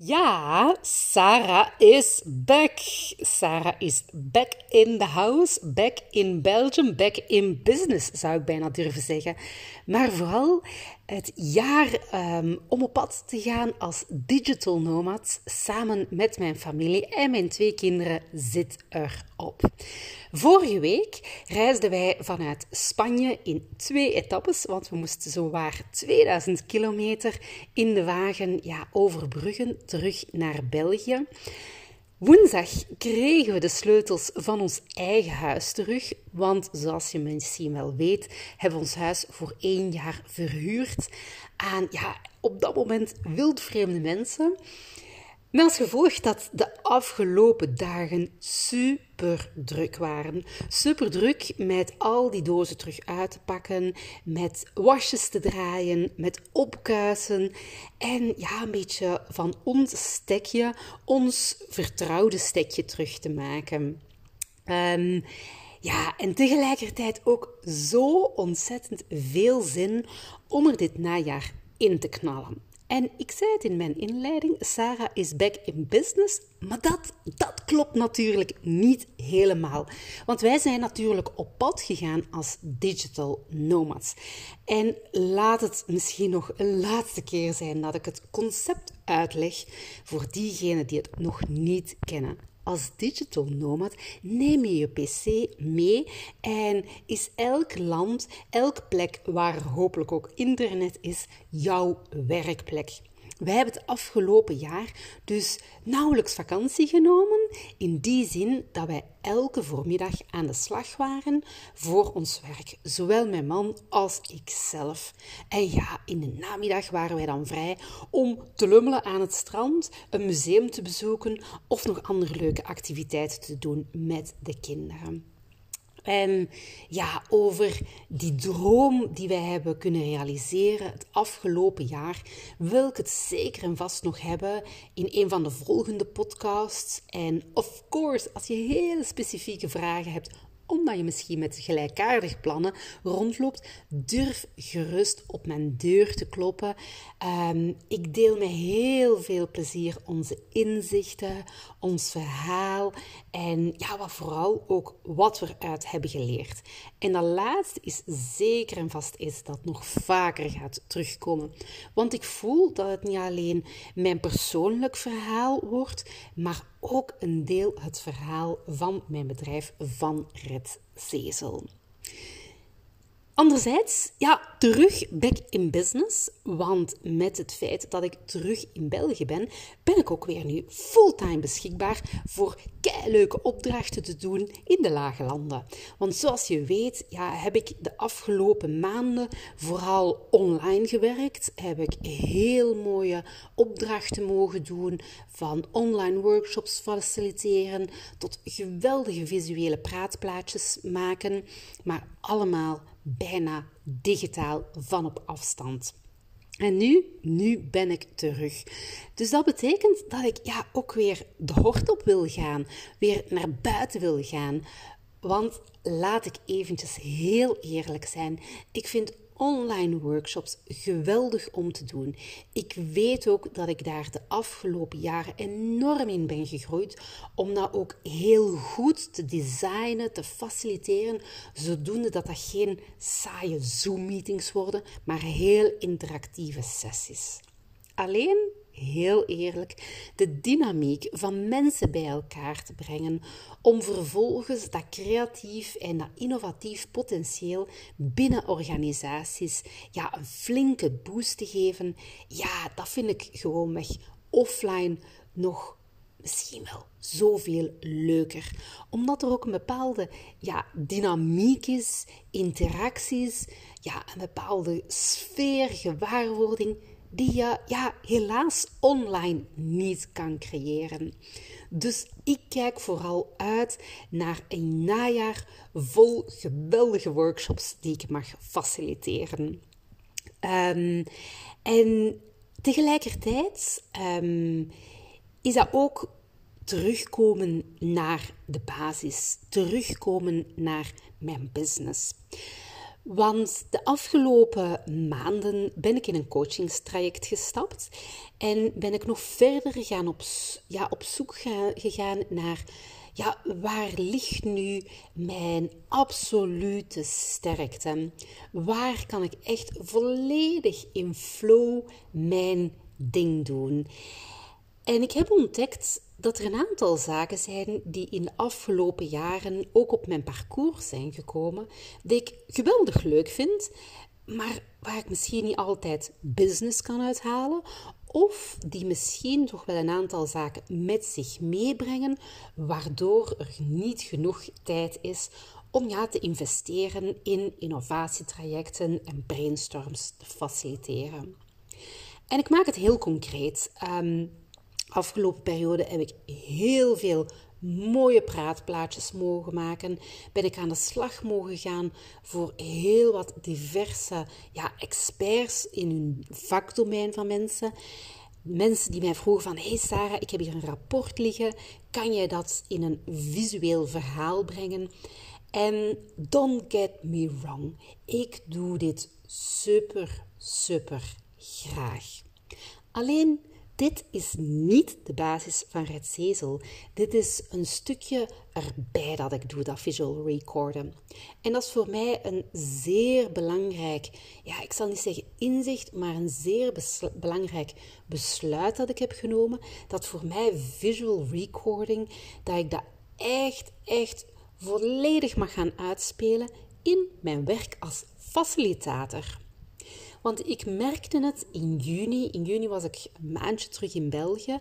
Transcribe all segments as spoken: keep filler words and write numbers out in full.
Ja, Sarah is back. Sarah is back in the house, back in Belgium, back in business, zou ik bijna durven zeggen. Maar vooral het jaar um, om op pad te gaan als digital nomad, samen met mijn familie en mijn twee kinderen, zit erop. Vorige week reisden wij vanuit Spanje in twee etappes, want we moesten zowaar tweeduizend kilometer in de wagen ja, overbruggen terug naar België. Woensdag kregen we de sleutels van ons eigen huis terug, want zoals je misschien wel weet, hebben we ons huis voor één jaar verhuurd aan ja, op dat moment wildvreemde mensen. Met als gevolg dat de afgelopen dagen super druk waren. Super druk met al die dozen terug uit te pakken, met wasjes te draaien, met opkuisen en ja, een beetje van ons stekje, ons vertrouwde stekje terug te maken. Um, ja, en tegelijkertijd ook zo ontzettend veel zin om er dit najaar in te knallen. En ik zei het in mijn inleiding, Sarah is back in business, maar dat, dat klopt natuurlijk niet helemaal. Want wij zijn natuurlijk op pad gegaan als digital nomads. En laat het misschien nog een laatste keer zijn dat ik het concept uitleg voor diegenen die het nog niet kennen. Als digital nomad neem je je pc mee en is elk land, elke plek waar er hopelijk ook internet is, jouw werkplek. Wij hebben het afgelopen jaar dus nauwelijks vakantie genomen, in die zin dat wij elke voormiddag aan de slag waren voor ons werk. Zowel mijn man als ikzelf. En ja, in de namiddag waren wij dan vrij om te lummelen aan het strand, een museum te bezoeken of nog andere leuke activiteiten te doen met de kinderen. En ja, over die droom die wij hebben kunnen realiseren het afgelopen jaar, wil ik het zeker en vast nog hebben in een van de volgende podcasts. En of course, als je hele specifieke vragen hebt, omdat je misschien met gelijkaardige plannen rondloopt, durf gerust op mijn deur te kloppen. Um, ik deel met heel veel plezier onze inzichten, ons verhaal en ja, wat vooral ook wat we eruit hebben geleerd. En dat laatste is zeker en vast iets dat nog vaker gaat terugkomen. Want ik voel dat het niet alleen mijn persoonlijk verhaal wordt, maar ook een deel het verhaal van mijn bedrijf Van Red Zezel. Anderzijds, ja, terug back in business, want met het feit dat ik terug in België ben, ben ik ook weer nu fulltime beschikbaar voor keileuke opdrachten te doen in de lage landen. Want zoals je weet, ja, heb ik de afgelopen maanden vooral online gewerkt, heb ik heel mooie opdrachten mogen doen, van online workshops faciliteren tot geweldige visuele praatplaatjes maken, maar allemaal bijna digitaal van op afstand. En nu, nu ben ik terug. Dus dat betekent dat ik ja, ook weer de hort op wil gaan, weer naar buiten wil gaan. Want laat ik eventjes heel eerlijk zijn, ik vind online workshops geweldig om te doen. Ik weet ook dat ik daar de afgelopen jaren enorm in ben gegroeid, om dat ook heel goed te designen, te faciliteren, zodoende dat dat geen saaie Zoom-meetings worden, maar heel interactieve sessies. Alleen, heel eerlijk, de dynamiek van mensen bij elkaar te brengen, om vervolgens dat creatief en dat innovatief potentieel binnen organisaties ja, een flinke boost te geven, ja, dat vind ik gewoonweg offline nog misschien wel zoveel leuker. Omdat er ook een bepaalde ja, dynamiek is, interacties, ja, een bepaalde sfeer, gewaarwording, die je ja, helaas online niet kan creëren. Dus ik kijk vooral uit naar een najaar vol geweldige workshops die ik mag faciliteren. Um, en tegelijkertijd um, is dat ook terugkomen naar de basis, terugkomen naar mijn business. Want de afgelopen maanden ben ik in een coachingstraject gestapt en ben ik nog verder gaan op, ja, op zoek ga, gegaan naar ja, waar ligt nu mijn absolute sterkte? Waar kan ik echt volledig in flow mijn ding doen? En ik heb ontdekt dat er een aantal zaken zijn die in de afgelopen jaren ook op mijn parcours zijn gekomen, die ik geweldig leuk vind, maar waar ik misschien niet altijd business kan uithalen, of die misschien toch wel een aantal zaken met zich meebrengen, waardoor er niet genoeg tijd is om ja, te investeren in innovatietrajecten en brainstorms te faciliteren. En ik maak het heel concreet. Um, Afgelopen periode heb ik heel veel mooie praatplaatjes mogen maken. Ben ik aan de slag mogen gaan voor heel wat diverse ja, experts in hun vakdomein van mensen. Mensen die mij vroegen van, hey Sarah, ik heb hier een rapport liggen. Kan jij dat in een visueel verhaal brengen? En don't get me wrong, ik doe dit super, super graag. Alleen, dit is niet de basis van Red Zezel. Dit is een stukje erbij dat ik doe, dat visual recorden. En dat is voor mij een zeer belangrijk, ja, ik zal niet zeggen inzicht, maar een zeer besl- belangrijk besluit dat ik heb genomen. Dat voor mij visual recording, dat ik dat echt, echt volledig mag gaan uitspelen in mijn werk als facilitator. Want ik merkte het in juni. In juni was ik een maandje terug in België.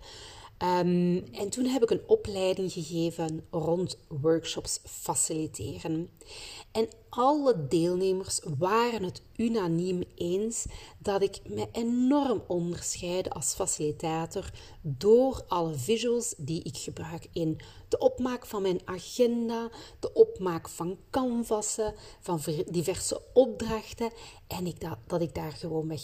Um, en toen heb ik een opleiding gegeven rond workshops faciliteren. En alle deelnemers waren het unaniem eens dat ik me enorm onderscheidde als facilitator door alle visuals die ik gebruik in de opmaak van mijn agenda, de opmaak van canvassen, van diverse opdrachten en ik dat, dat ik daar gewoonweg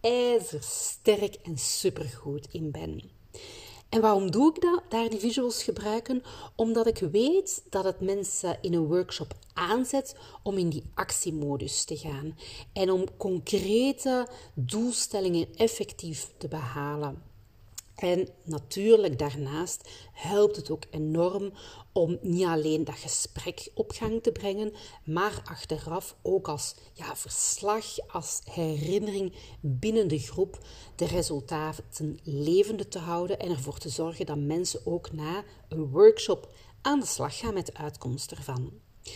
ijzersterk en supergoed in ben. En waarom doe ik dat, daar die visuals gebruiken? Omdat ik weet dat het mensen in een workshop aanzet om in die actiemodus te gaan. En om concrete doelstellingen effectief te behalen. En natuurlijk daarnaast helpt het ook enorm om niet alleen dat gesprek op gang te brengen, maar achteraf ook als ja, verslag, als herinnering binnen de groep de resultaten levende te houden en ervoor te zorgen dat mensen ook na een workshop aan de slag gaan met de uitkomst ervan.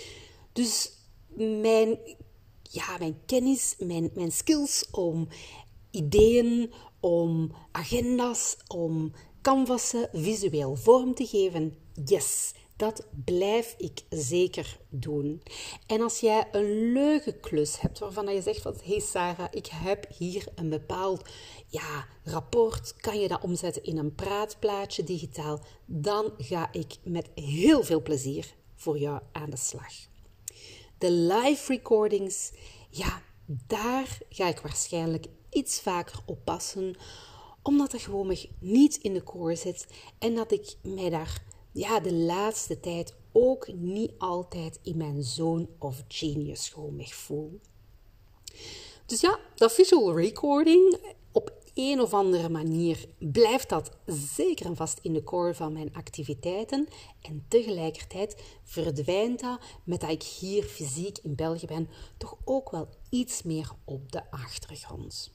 Dus mijn, ja, mijn kennis, mijn, mijn skills om ideeën, om agenda's, om canvassen visueel vorm te geven, yes, dat blijf ik zeker doen. En als jij een leuke klus hebt waarvan je zegt van, hey Sarah, ik heb hier een bepaald ja, rapport, kan je dat omzetten in een praatplaatje digitaal, dan ga ik met heel veel plezier voor jou aan de slag. De live recordings, ja, daar ga ik waarschijnlijk iets vaker op passen, omdat dat gewoon niet in de core zit en dat ik mij daar ja, de laatste tijd ook niet altijd in mijn zone of genius gewoon voel. Dus ja, dat visual recording, op een of andere manier blijft dat zeker en vast in de core van mijn activiteiten en tegelijkertijd verdwijnt dat, met dat ik hier fysiek in België ben, toch ook wel iets meer op de achtergrond.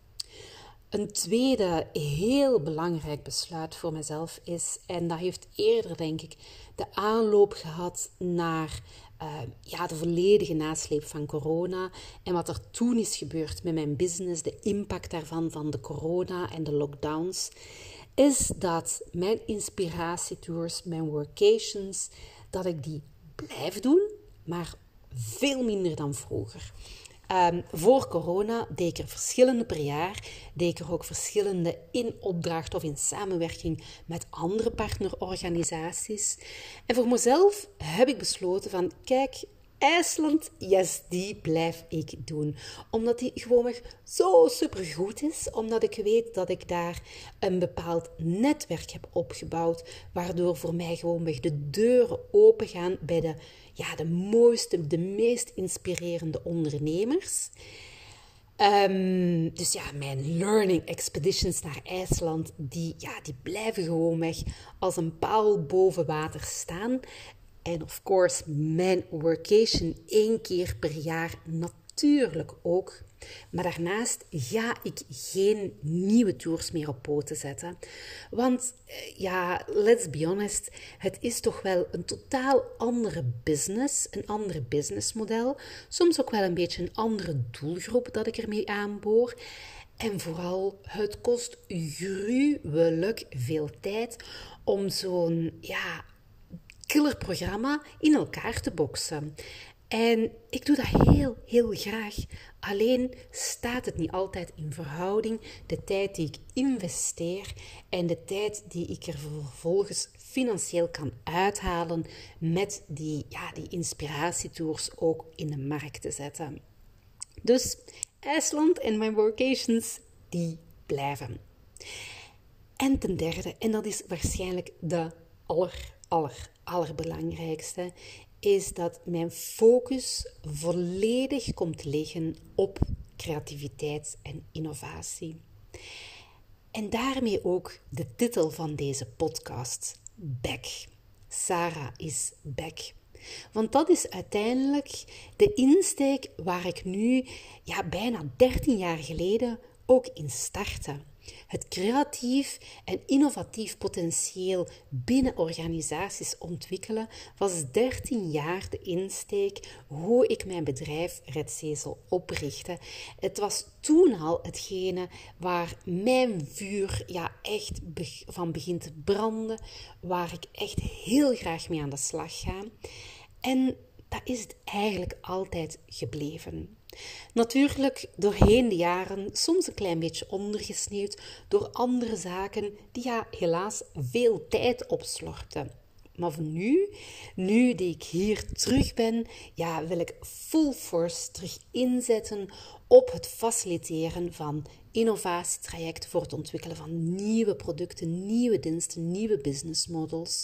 Een tweede heel belangrijk besluit voor mezelf is, en dat heeft eerder denk ik de aanloop gehad naar uh, ja, de volledige nasleep van corona en wat er toen is gebeurd met mijn business, de impact daarvan van de corona en de lockdowns, is dat mijn inspiratietours, mijn workations, dat ik die blijf doen, maar veel minder dan vroeger. Um, voor corona deed ik er verschillende per jaar, deed ik er ook verschillende in opdracht of in samenwerking met andere partnerorganisaties. En voor mezelf heb ik besloten van, kijk, IJsland, yes, die blijf ik doen. Omdat die gewoonweg zo supergoed is. Omdat ik weet dat ik daar een bepaald netwerk heb opgebouwd. Waardoor voor mij gewoonweg de deuren open gaan bij de, ja, de mooiste, de meest inspirerende ondernemers. Um, dus ja, mijn learning expeditions naar IJsland, die, ja, die blijven gewoonweg als een paal boven water staan. En of course, mijn workation één keer per jaar natuurlijk ook. Maar daarnaast ga ik geen nieuwe tours meer op poten zetten. Want ja, let's be honest, het is toch wel een totaal andere business, een ander businessmodel. Soms ook wel een beetje een andere doelgroep dat ik ermee aanboor. En vooral, het kost gruwelijk veel tijd om zo'n, ja, killerprogramma in elkaar te boksen. En ik doe dat heel, heel graag. Alleen staat het niet altijd in verhouding, de tijd die ik investeer en de tijd die ik er vervolgens financieel kan uithalen met die, ja, die inspiratietours ook in de markt te zetten. Dus IJsland en mijn workations, die blijven. En ten derde, en dat is waarschijnlijk de aller, aller, allerbelangrijkste, is dat mijn focus volledig komt te liggen op creativiteit en innovatie. En daarmee ook de titel van deze podcast, Back. Sarah is back. Want dat is uiteindelijk de insteek waar ik nu, ja, bijna dertien jaar geleden ook in startte. Het creatief en innovatief potentieel binnen organisaties ontwikkelen was dertien jaar de insteek hoe ik mijn bedrijf Redzezel oprichtte. Het was toen al hetgene waar mijn vuur, ja, echt van begint te branden, waar ik echt heel graag mee aan de slag ga. En dat is het eigenlijk altijd gebleven. Natuurlijk doorheen de jaren soms een klein beetje ondergesneeuwd door andere zaken die, ja, helaas veel tijd opslorpten. Maar voor nu, nu die ik hier terug ben, ja, wil ik full force terug inzetten op het faciliteren van innovatietrajecten voor het ontwikkelen van nieuwe producten, nieuwe diensten, nieuwe business models.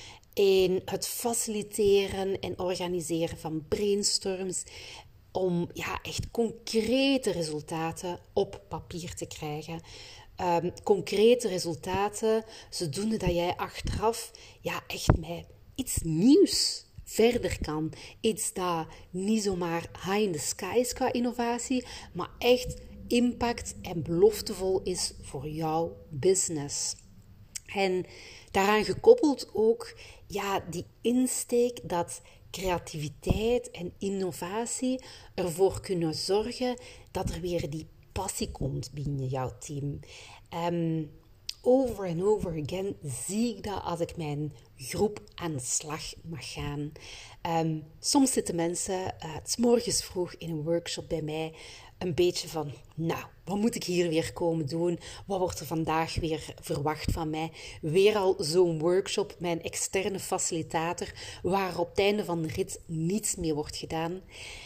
In het faciliteren en organiseren van brainstorms om, ja, echt concrete resultaten op papier te krijgen. Um, concrete resultaten, zodoende dat jij achteraf, ja, echt met iets nieuws verder kan. Iets dat niet zomaar high in the sky is qua innovatie, maar echt impact en beloftevol is voor jouw business. En daaraan gekoppeld ook, ja, die insteek dat creativiteit en innovatie ervoor kunnen zorgen dat er weer die passie komt binnen jouw team. Um, over en over again zie ik dat als ik mijn groep aan de slag mag gaan. Um, soms zitten mensen uh, 's morgens vroeg in een workshop bij mij een beetje van, nou, wat moet ik hier weer komen doen? Wat wordt er vandaag weer verwacht van mij? Weer al zo'n workshop, mijn externe facilitator, waar op het einde van de rit niets meer wordt gedaan.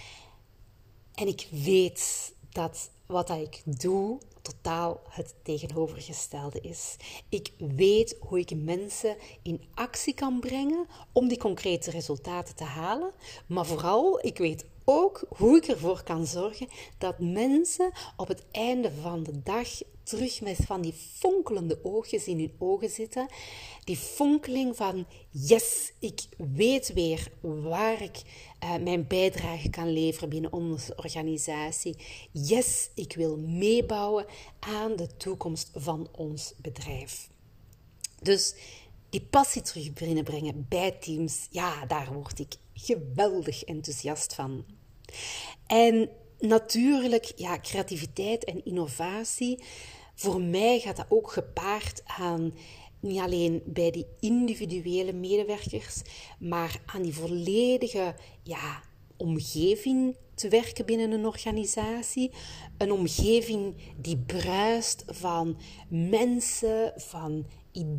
En ik weet dat wat dat ik doe totaal het tegenovergestelde is. Ik weet hoe ik mensen in actie kan brengen om die concrete resultaten te halen. Maar vooral, ik weet ook hoe ik ervoor kan zorgen dat mensen op het einde van de dag terug met van die fonkelende oogjes in hun ogen zitten. Die fonkeling van, yes, ik weet weer waar ik uh, mijn bijdrage kan leveren binnen onze organisatie. Yes, ik wil meebouwen aan de toekomst van ons bedrijf. Dus die passie terug binnenbrengen bij teams, ja, daar word ik geweldig enthousiast van. En natuurlijk, ja, creativiteit en innovatie, voor mij gaat dat ook gepaard aan niet alleen bij die individuele medewerkers, maar aan die volledige, ja, omgeving te werken binnen een organisatie. Een omgeving die bruist van mensen, van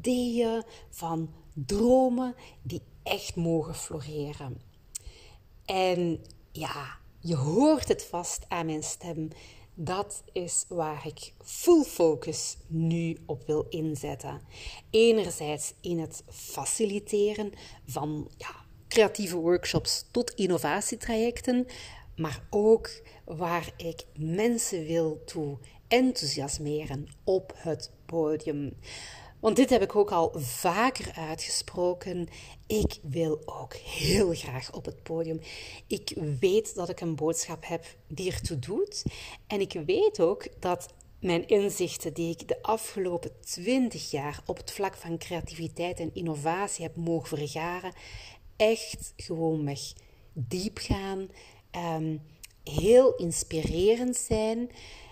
ideeën, van dromen die echt mogen floreren. En ja, je hoort het vast aan mijn stem. Dat is waar ik full focus nu op wil inzetten. Enerzijds in het faciliteren van ja, creatieve workshops tot innovatietrajecten, maar ook waar ik mensen wil toe enthousiasmeren op het podium. Want dit heb ik ook al vaker uitgesproken. Ik wil ook heel graag op het podium. Ik weet dat ik een boodschap heb die ertoe doet. En ik weet ook dat mijn inzichten die ik de afgelopen twintig jaar op het vlak van creativiteit en innovatie heb mogen vergaren, echt gewoonweg diep gaan, um, heel inspirerend zijn.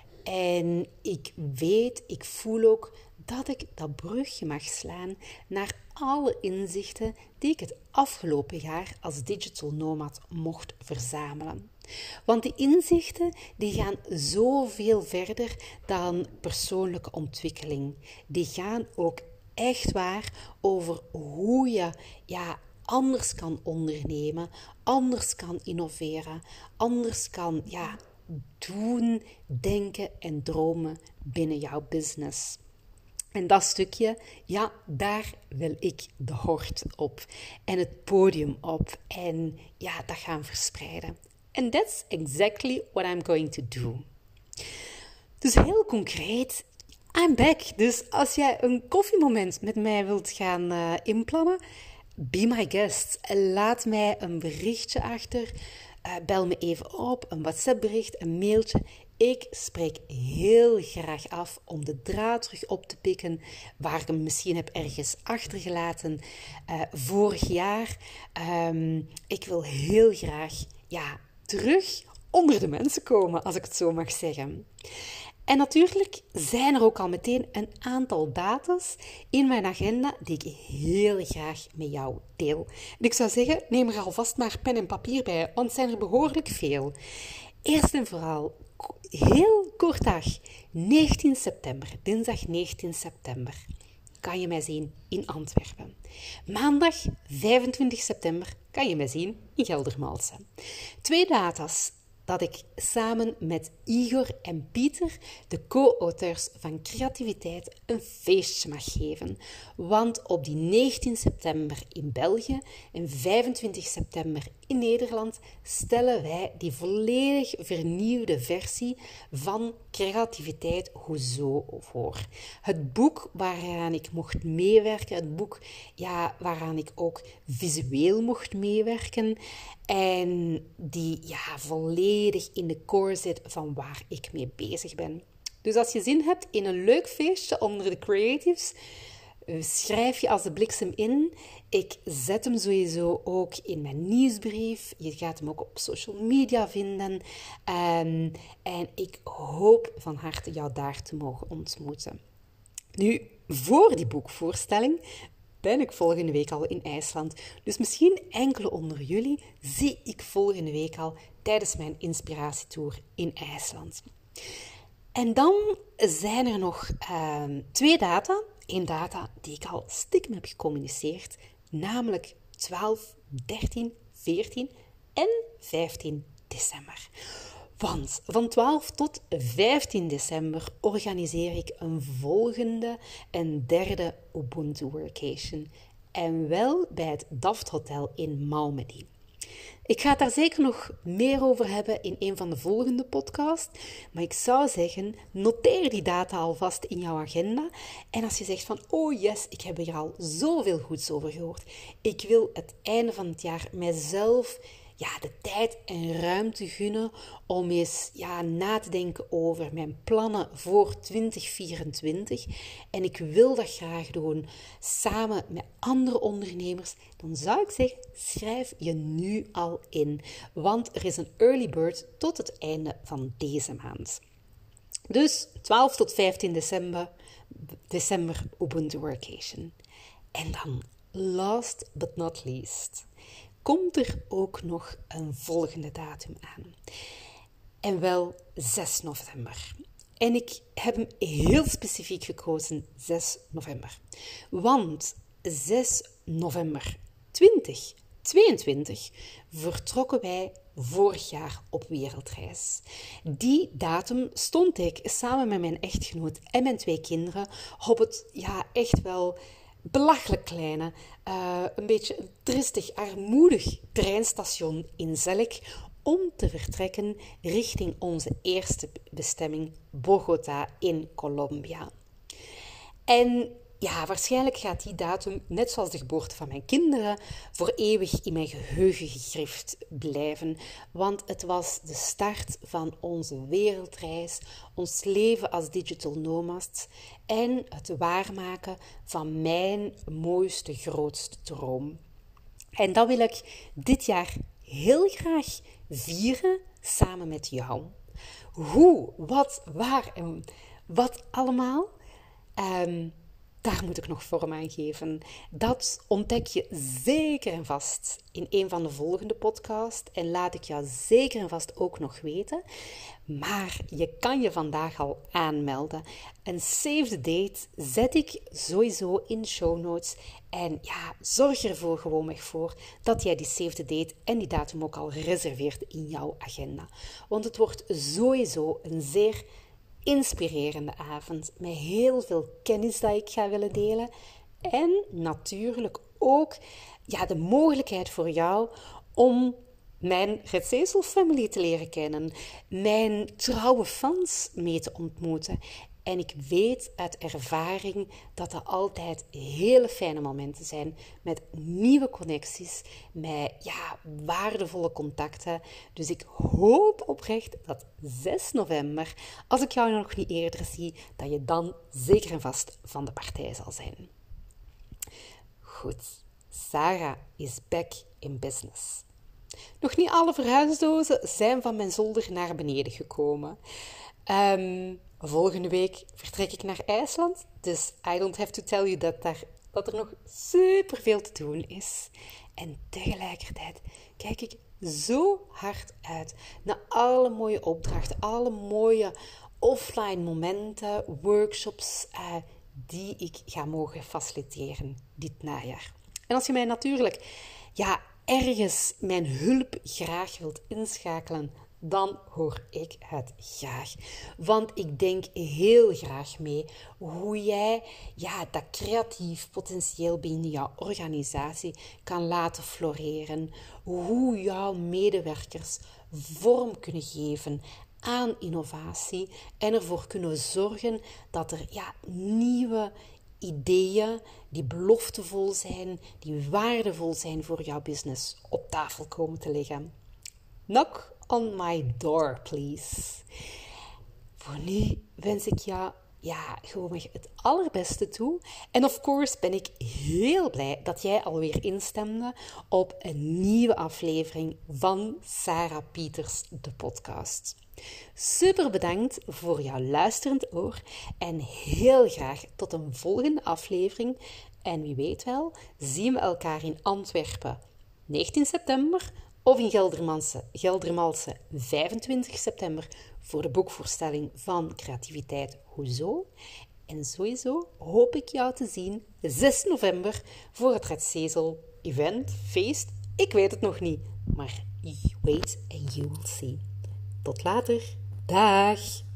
En ik weet, ik voel ook dat ik dat brugje mag slaan naar alle inzichten die ik het afgelopen jaar als digital nomad mocht verzamelen. Want die inzichten die gaan zoveel verder dan persoonlijke ontwikkeling. Die gaan ook echt waar over hoe je ja, anders kan ondernemen, anders kan innoveren, anders kan ja, doen, denken en dromen binnen jouw business. En dat stukje, ja, daar wil ik de hort op en het podium op en ja, dat gaan verspreiden. And that's exactly what I'm going to do. Dus heel concreet, I'm back. Dus als jij een koffiemoment met mij wilt gaan uh, inplannen, be my guest. Laat mij een berichtje achter. Uh, bel me even op, een WhatsApp-bericht, een mailtje. Ik spreek heel graag af om de draad terug op te pikken waar ik hem misschien heb ergens achtergelaten uh, vorig jaar. Um, ik wil heel graag ja, terug onder de mensen komen, als ik het zo mag zeggen. En natuurlijk zijn er ook al meteen een aantal data's in mijn agenda die ik heel graag met jou deel. En ik zou zeggen, neem er alvast maar pen en papier bij, want het zijn er behoorlijk veel. Eerst en vooral, heel kort dag, negentien september, dinsdag negentien september, kan je mij zien in Antwerpen. Maandag vijfentwintig september kan je mij zien in Geldermalsen. Twee data's dat ik samen met Igor en Pieter, de co-auteurs van Creativiteit, een feestje mag geven. Want op die negentien september in België en vijfentwintig september in Nederland stellen wij die volledig vernieuwde versie van Creativiteit Hoezo voor. Het boek waaraan ik mocht meewerken, het boek ja, waaraan ik ook visueel mocht meewerken en die ja, volledig in de core zit van waar ik mee bezig ben. Dus als je zin hebt in een leuk feestje onder de creatives, schrijf je als de bliksem in. Ik zet hem sowieso ook in mijn nieuwsbrief. Je gaat hem ook op social media vinden. Um, en ik hoop van harte jou daar te mogen ontmoeten. Nu, voor die boekvoorstelling ben ik volgende week al in IJsland. Dus misschien enkele onder jullie zie ik volgende week al tijdens mijn inspiratietour in IJsland. En dan zijn er nog uh, twee data. Eén data die ik al stiekem heb gecommuniceerd, namelijk twaalf, dertien, veertien en vijftien december. Want van twaalf tot vijftien december organiseer ik een volgende, een derde Ubuntu Workation. En wel bij het Daft Hotel in Malmedy. Ik ga het daar zeker nog meer over hebben in een van de volgende podcasts. Maar ik zou zeggen, noteer die data alvast in jouw agenda. En als je zegt van, oh yes, ik heb hier al zoveel goeds over gehoord. Ik wil het einde van het jaar mijzelf ja, de tijd en ruimte gunnen om eens ja, na te denken over mijn plannen voor twintig vierentwintig. En ik wil dat graag doen samen met andere ondernemers. Dan zou ik zeggen, schrijf je nu al in. Want er is een early bird tot het einde van deze maand. Dus twaalf tot vijftien december, december Ubuntu Workation. En dan, last but not least, komt er ook nog een volgende datum aan. En wel zes november. En ik heb hem heel specifiek gekozen, zes november. Want zes november twintig tweeëntwintig vertrokken wij vorig jaar op wereldreis. Die datum stond ik samen met mijn echtgenoot en mijn twee kinderen op het ja, echt wel belachelijk kleine, uh, een beetje een tristig, armoedig treinstation in Zelk om te vertrekken richting onze eerste bestemming, Bogota in Colombia. En ja, waarschijnlijk gaat die datum, net zoals de geboorte van mijn kinderen, voor eeuwig in mijn geheugen gegrift blijven. Want het was de start van onze wereldreis, ons leven als digital nomads en het waarmaken van mijn mooiste, grootste droom. En dat wil ik dit jaar heel graag vieren samen met jou. Hoe, wat, waar en wat allemaal? Um, Daar moet ik nog vorm aan geven. Dat ontdek je zeker en vast in een van de volgende podcasts. En laat ik jou zeker en vast ook nog weten. Maar je kan je vandaag al aanmelden. Een save the date zet ik sowieso in show notes. En ja, zorg ervoor gewoon voor dat jij die save the date en die datum ook al reserveert in jouw agenda. Want het wordt sowieso een zeer inspirerende avond met heel veel kennis dat ik ga willen delen en natuurlijk ook ja, de mogelijkheid voor jou om mijn Red Cecil family te leren kennen, mijn trouwe fans mee te ontmoeten. En ik weet uit ervaring dat er altijd hele fijne momenten zijn met nieuwe connecties, met ja, waardevolle contacten. Dus ik hoop oprecht dat zes november, als ik jou nog niet eerder zie, dat je dan zeker en vast van de partij zal zijn. Goed, Sarah is back in business. Nog niet alle verhuisdozen zijn van mijn zolder naar beneden gekomen. Um, volgende week vertrek ik naar IJsland, dus I don't have to tell you that, daar, dat er nog superveel te doen is. En tegelijkertijd kijk ik zo hard uit naar alle mooie opdrachten, alle mooie offline momenten, workshops uh, die ik ga mogen faciliteren dit najaar. En als je mij natuurlijk ja, ergens mijn hulp graag wilt inschakelen, dan hoor ik het graag. Want ik denk heel graag mee hoe jij ja, dat creatief potentieel binnen jouw organisatie kan laten floreren. Hoe jouw medewerkers vorm kunnen geven aan innovatie en ervoor kunnen zorgen dat er ja, nieuwe ideeën die beloftevol zijn, die waardevol zijn voor jouw business, op tafel komen te liggen. Knock on my door, please. Voor nu wens ik jou ja, gewoon het allerbeste toe. En of course ben ik heel blij dat jij alweer instemde op een nieuwe aflevering van Sarah Pieters, de podcast. Super bedankt voor jouw luisterend oor en heel graag tot een volgende aflevering. En wie weet wel, zien we elkaar in Antwerpen negentien september of in Geldermalsen, Geldermalsen vijfentwintig september voor de boekvoorstelling van Creativiteit Hoezo. En sowieso hoop ik jou te zien zes november voor het Red Cecil event, feest. Ik weet het nog niet, maar wait and you will see. Tot later. Dag!